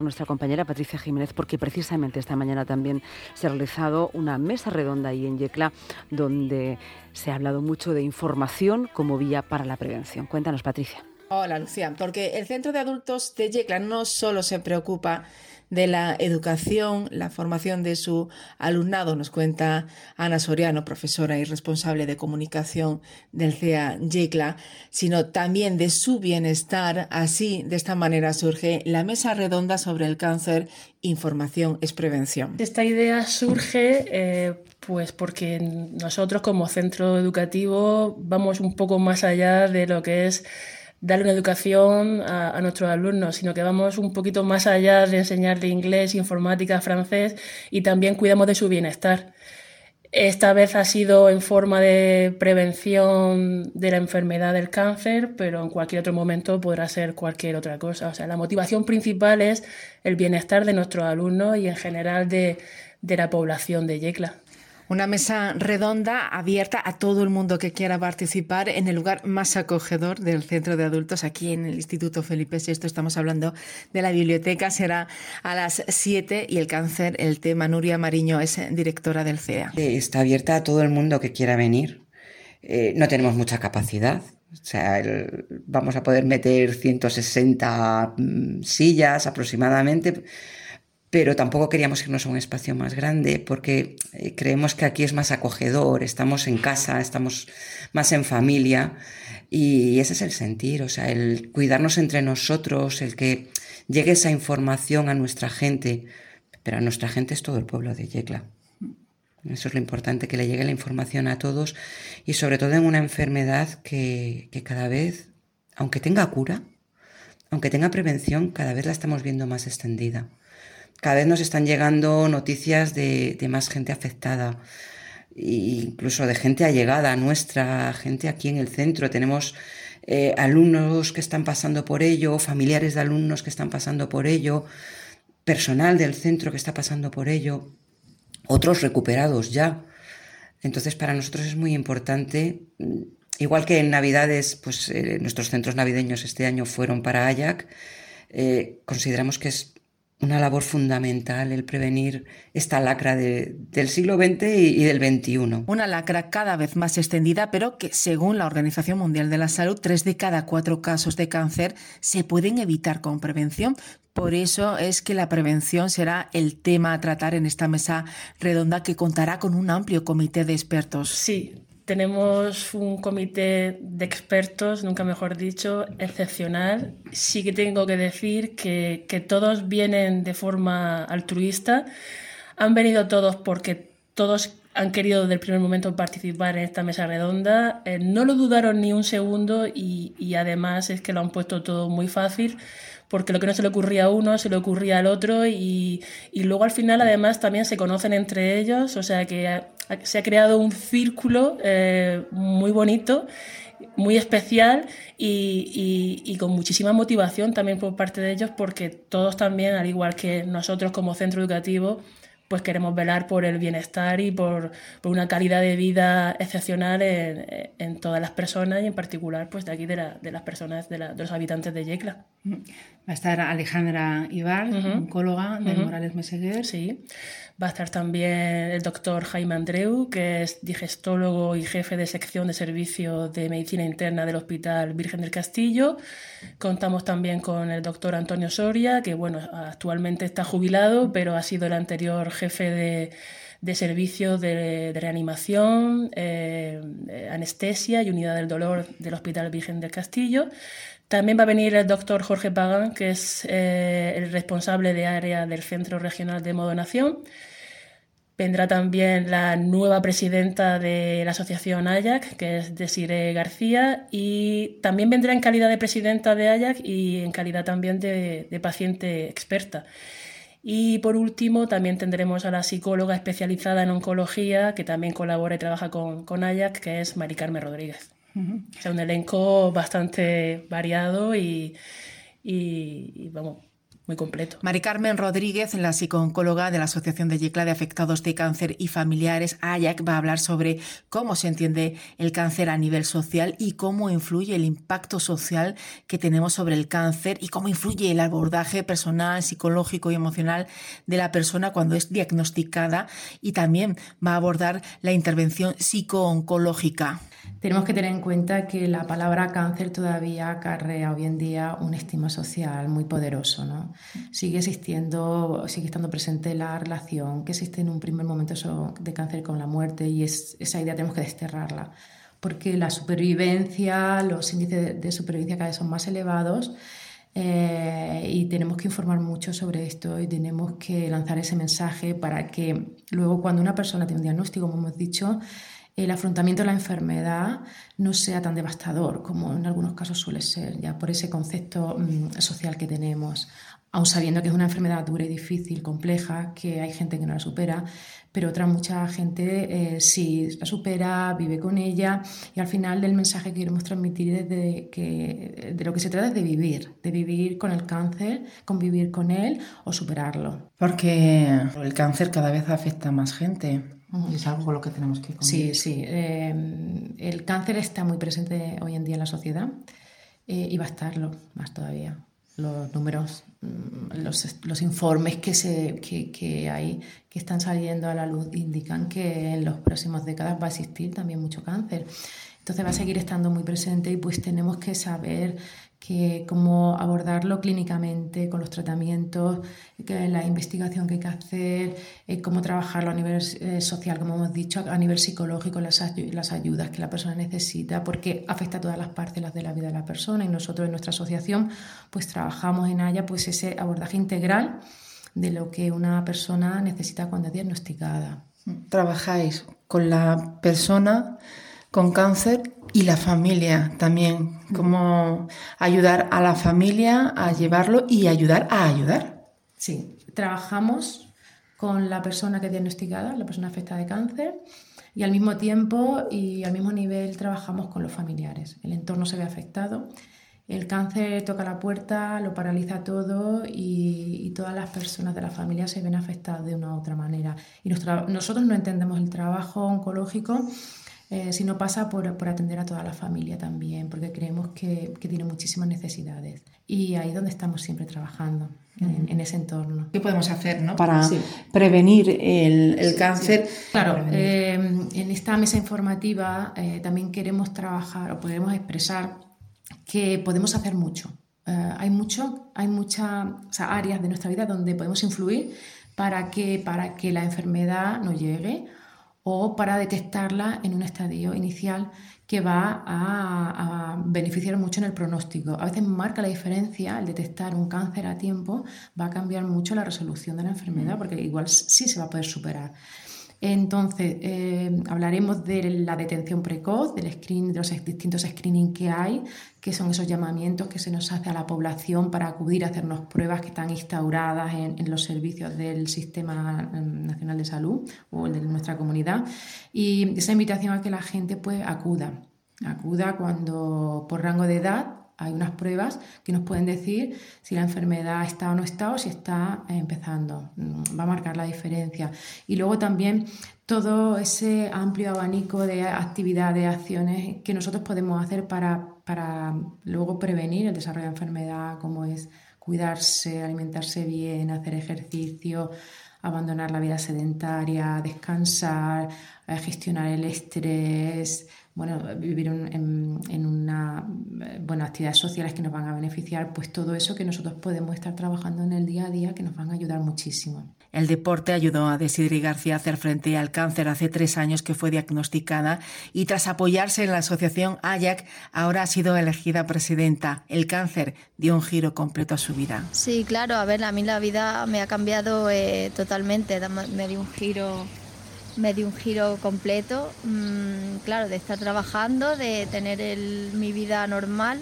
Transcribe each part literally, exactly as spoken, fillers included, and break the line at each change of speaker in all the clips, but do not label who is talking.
Nuestra compañera Patricia Jiménez, porque precisamente esta mañana también se ha realizado una mesa redonda ahí en Yecla, donde se ha hablado mucho de información como vía para la prevención. Cuéntanos, Patricia.
Hola, Lucía, porque el Centro de Adultos de Yecla no solo se preocupa de la educación, la formación de su alumnado, nos cuenta Ana Soriano, profesora y responsable de comunicación del C E A Yecla, sino también de su bienestar. Así, de esta manera surge la mesa redonda sobre el cáncer. Información es prevención.
Esta idea surge eh, pues porque nosotros como centro educativo vamos un poco más allá de lo que es darle una educación a, a nuestros alumnos, sino que vamos un poquito más allá de enseñarle inglés, informática, francés, y también cuidamos de su bienestar. Esta vez ha sido en forma de prevención de la enfermedad del cáncer, pero en cualquier otro momento podrá ser cualquier otra cosa. O sea, la motivación principal es el bienestar de nuestros alumnos y en general de, de la población de Yecla.
Una mesa redonda abierta a todo el mundo que quiera participar en el lugar más acogedor del Centro de Adultos, aquí en el Instituto Felipe sexto. Estamos hablando de la biblioteca. Será a las siete y el cáncer, el tema. Nuria Mariño es directora del C E A.
Está abierta a todo el mundo que quiera venir. Eh, no tenemos mucha capacidad. O sea, el, vamos a poder meter ciento sesenta mm, sillas aproximadamente, pero tampoco queríamos irnos a un espacio más grande porque creemos que aquí es más acogedor, estamos en casa, estamos más en familia y ese es el sentir, o sea, el cuidarnos entre nosotros, el que llegue esa información a nuestra gente, pero a nuestra gente es todo el pueblo de Yecla. Eso es lo importante, que le llegue la información a todos y sobre todo en una enfermedad que, que cada vez, aunque tenga cura, aunque tenga prevención, cada vez la estamos viendo más extendida. Cada vez nos están llegando noticias de, de más gente afectada, incluso de gente allegada a nuestra, gente aquí en el centro. Tenemos eh, alumnos que están pasando por ello, familiares de alumnos que están pasando por ello, personal del centro que está pasando por ello, otros recuperados ya. Entonces, para nosotros es muy importante, igual que en Navidades, pues eh, nuestros centros navideños este año fueron para AYAC, eh, consideramos que es una labor fundamental el prevenir esta lacra de, del siglo veinte y, y del veintiuno.
Una lacra cada vez más extendida, pero que según la Organización Mundial de la Salud, tres de cada cuatro casos de cáncer se pueden evitar con prevención. Por eso es que la prevención será el tema a tratar en esta mesa redonda, que contará con un amplio comité de expertos.
Sí. Tenemos un comité de expertos, nunca mejor dicho, excepcional. Sí que tengo que decir que, que todos vienen de forma altruista. Han venido todos porque todos han querido desde el primer momento participar en esta mesa redonda. Eh, no lo dudaron ni un segundo y, y además es que lo han puesto todo muy fácil, porque lo que no se le ocurría a uno se le ocurría al otro y, y luego al final además también se conocen entre ellos, o sea que ha, se ha creado un círculo eh, muy bonito, muy especial y, y, y con muchísima motivación también por parte de ellos, porque todos también, al igual que nosotros como centro educativo, pues queremos velar por el bienestar y por, por una calidad de vida excepcional en, en todas las personas y en particular pues de aquí de, la, de las personas, de, la, de los habitantes de Yecla.
Va a estar Alejandra Ibar, uh-huh. oncóloga de uh-huh. Morales Meseguer.
Sí. Va a estar también el doctor Jaime Andreu, que es digestólogo y jefe de sección de servicio de medicina interna del Hospital Virgen del Castillo. Contamos también con el doctor Antonio Soria, que bueno, actualmente está jubilado, pero ha sido el anterior jefe de, de servicio de, de reanimación, eh, anestesia y unidad del dolor del Hospital Virgen del Castillo. También va a venir el doctor Jorge Pagán, que es eh, el responsable de área del Centro Regional de Hemodonación. Vendrá también la nueva presidenta de la asociación AYAC, que es Desiree García, y también vendrá en calidad de presidenta de AYAC y en calidad también de, de paciente experta. Y por último también tendremos a la psicóloga especializada en oncología, que también colabora y trabaja con, con AYAC, que es Mari Carmen Rodríguez. Uh-huh. O sea, un elenco bastante variado y, y, y vamos, muy completo.
Mari Carmen Rodríguez, la psicooncóloga de la Asociación de Yecla de Afectados de Cáncer y Familiares, A Y A C, va a hablar sobre cómo se entiende el cáncer a nivel social y cómo influye el impacto social que tenemos sobre el cáncer y cómo influye el abordaje personal, psicológico y emocional de la persona cuando es diagnosticada, y también va a abordar la intervención psicooncológica.
Tenemos que tener en cuenta que la palabra cáncer todavía acarrea hoy en día un estigma social muy poderoso, ¿no? Sigue existiendo, sigue estando presente la relación que existe en un primer momento de cáncer con la muerte, y es, esa idea tenemos que desterrarla, porque la supervivencia, los índices de supervivencia cada vez son más elevados, eh, y tenemos que informar mucho sobre esto y tenemos que lanzar ese mensaje para que luego, cuando una persona tiene un diagnóstico, como hemos dicho, el afrontamiento de la enfermedad no sea tan devastador como en algunos casos suele ser, ya por ese concepto mmm, social que tenemos, aun sabiendo que es una enfermedad dura y difícil, compleja, que hay gente que no la supera, pero otra mucha gente eh, sí la supera, vive con ella, y al final el mensaje que queremos transmitir es de, que, de lo que se trata es de vivir, de vivir con el cáncer, convivir con él o superarlo.
Porque el cáncer cada vez afecta a más gente. Y es algo con lo que tenemos que convivir.
Sí, sí. Eh, el cáncer está muy presente hoy en día en la sociedad, eh, y va a estarlo más todavía. Los números, los, los informes que, se, que, que hay, que están saliendo a la luz, indican que en las próximas décadas va a existir también mucho cáncer. Entonces va a seguir estando muy presente, y pues tenemos que saber que cómo abordarlo clínicamente con los tratamientos, que la investigación que hay que hacer, eh, cómo trabajarlo a nivel eh, social, como hemos dicho, a nivel psicológico, las, ay- las ayudas que la persona necesita, porque afecta a todas las parcelas de la vida de la persona, y nosotros en nuestra asociación pues trabajamos en ella pues ese abordaje integral de lo que una persona necesita cuando es diagnosticada.
Trabajáis con la persona con cáncer y la familia también. Cómo ayudar a la familia a llevarlo y ayudar a ayudar.
Sí, trabajamos con la persona que es diagnosticada, la persona afectada de cáncer, y al mismo tiempo y al mismo nivel trabajamos con los familiares. El entorno se ve afectado, el cáncer toca la puerta, lo paraliza todo, y, y todas las personas de la familia se ven afectadas de una u otra manera. Y nuestra, nosotros no entendemos el trabajo oncológico Eh, si no pasa por, por atender a toda la familia también, porque creemos que, que tiene muchísimas necesidades. Y ahí es donde estamos siempre trabajando, uh-huh. en, en ese entorno.
¿Qué podemos hacer, ¿no? para
sí.
prevenir el, el
sí,
cáncer?
Sí. Claro, eh, en esta mesa informativa eh, también queremos trabajar o podemos expresar que podemos hacer mucho. Eh, hay mucho, hay muchas o sea, áreas de nuestra vida donde podemos influir para que, para que la enfermedad no llegue, o para detectarla en un estadio inicial que va a, a beneficiar mucho en el pronóstico. A veces marca la diferencia, el detectar un cáncer a tiempo va a cambiar mucho la resolución de la enfermedad, porque igual sí se va a poder superar. Entonces, eh, hablaremos de la detención precoz, del screening, de los distintos screening que hay, que son esos llamamientos que se nos hace a la población para acudir a hacernos pruebas que están instauradas en, en los servicios del Sistema Nacional de Salud o el de nuestra comunidad, y esa invitación a que la gente pues acuda, acuda cuando por rango de edad hay unas pruebas que nos pueden decir si la enfermedad está o no está, o si está empezando. Va a marcar la diferencia. Y luego también todo ese amplio abanico de actividades, acciones que nosotros podemos hacer para, para luego prevenir el desarrollo de la enfermedad, como es cuidarse, alimentarse bien, hacer ejercicio, abandonar la vida sedentaria, descansar, gestionar el estrés, bueno, vivir un, en, en una, bueno, actividades sociales que nos van a beneficiar, pues todo eso que nosotros podemos estar trabajando en el día a día, que nos van a ayudar muchísimo.
El deporte ayudó a Desideri García a hacer frente al cáncer hace tres años que fue diagnosticada, y tras apoyarse en la asociación A Y A C, ahora ha sido elegida presidenta. El cáncer dio un giro completo a su vida.
Sí, claro, a ver, a mí la vida me ha cambiado eh, totalmente, me dio un giro... Me dio un giro completo, mmm, claro, de estar trabajando, de tener el, mi vida normal,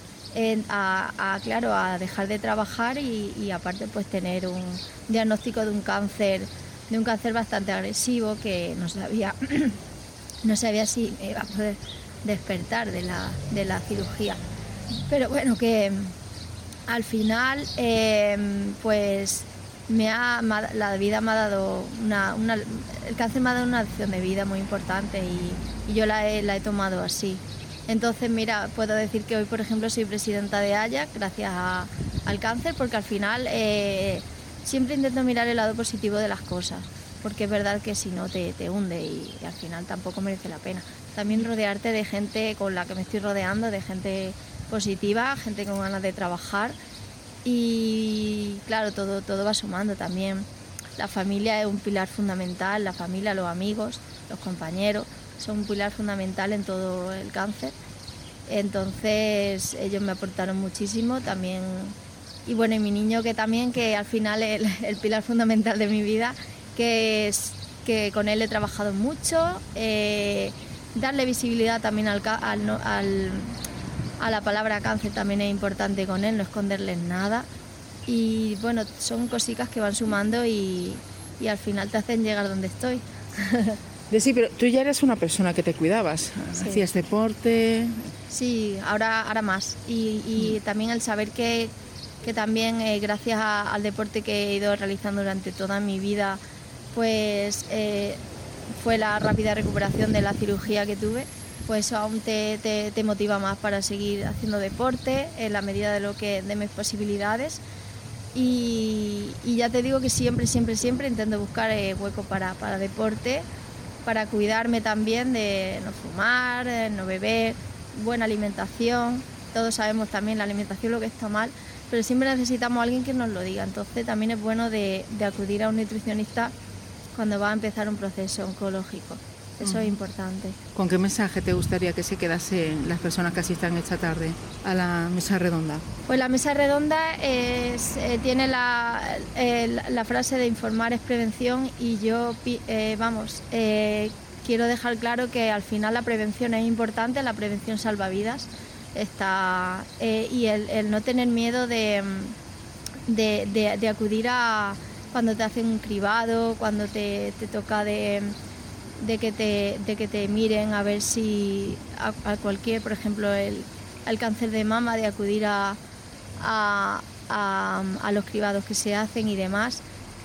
en, a, a, claro, a dejar de trabajar y, y aparte pues tener un diagnóstico de un cáncer, de un cáncer bastante agresivo que no sabía, no sabía si me iba a poder despertar de la, de la cirugía. Pero bueno, que, al final, eh, pues me ha, la vida me ha dado una, una, el cáncer me ha dado una lección de vida muy importante y, y yo la he, la he tomado así. Entonces, mira, puedo decir que hoy, por ejemplo, soy presidenta de Ayac gracias a, al cáncer, porque al final eh, siempre intento mirar el lado positivo de las cosas, porque es verdad que si no te, te hunde y, y al final tampoco merece la pena. También rodearte de gente con la que me estoy rodeando, de gente positiva, gente con ganas de trabajar y claro, todo, todo va sumando también. La familia es un pilar fundamental, la familia, los amigos, los compañeros son un pilar fundamental en todo el cáncer. Entonces ellos me aportaron muchísimo también. Y bueno, y mi niño que también, que al final es el, el pilar fundamental de mi vida, que es que con él he trabajado mucho, eh, darle visibilidad también al, al, al, a la palabra cáncer también es importante con él, no esconderles nada. Y bueno, son cositas que van sumando y, y al final te hacen llegar donde estoy.
Sí, pero tú ya eres una persona que te cuidabas, sí. Hacías deporte.
Sí, ahora, ahora más. Y, y mm. también el saber que, que también eh, gracias a, al deporte que he ido realizando durante toda mi vida, pues eh, fue la rápida recuperación de la cirugía que tuve, pues eso aún te, te, te motiva más para seguir haciendo deporte en la medida de lo que de mis posibilidades. Y, y ya te digo que siempre, siempre, siempre intento buscar eh, hueco para, para deporte, para cuidarme también de no fumar, de no beber, buena alimentación. Todos sabemos también la alimentación lo que está mal, pero siempre necesitamos a alguien que nos lo diga. Entonces también es bueno de, de acudir a un nutricionista cuando va a empezar un proceso oncológico. Eso uh-huh. es importante.
¿Con qué mensaje te gustaría que se quedasen las personas que asistan esta tarde a la mesa redonda?
Pues la mesa redonda es, eh, tiene la, eh, la frase de informar es prevención y yo, eh, vamos, eh, quiero dejar claro que al final la prevención es importante, la prevención salva vidas está, eh, y el, el no tener miedo de, de, de, de acudir a cuando te hacen un cribado, cuando te, te toca de... De que, te, de que te miren a ver si a, a cualquier, por ejemplo, el, el cáncer de mama, de acudir a, a, a, a los cribados que se hacen y demás,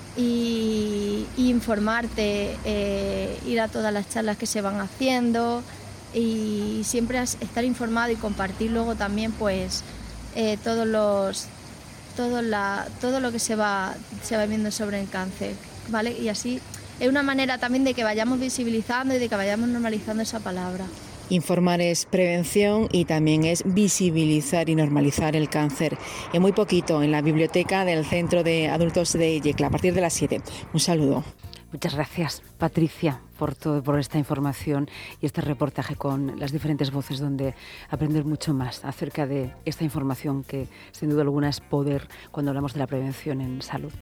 y, y informarte, eh, ir a todas las charlas que se van haciendo y siempre estar informado y compartir luego también pues eh, todos los todo, la, todo lo que se va, se va viendo sobre el cáncer, ¿vale? Y así es una manera también de que vayamos visibilizando y de que vayamos normalizando esa palabra.
Informar es prevención y también es visibilizar y normalizar el cáncer. En muy poquito, en la biblioteca del Centro de Adultos de Yecla, a partir de las siete. Un saludo.
Muchas gracias, Patricia, por todo, por esta información y este reportaje con las diferentes voces donde aprender mucho más acerca de esta información que sin duda alguna es poder cuando hablamos de la prevención en salud.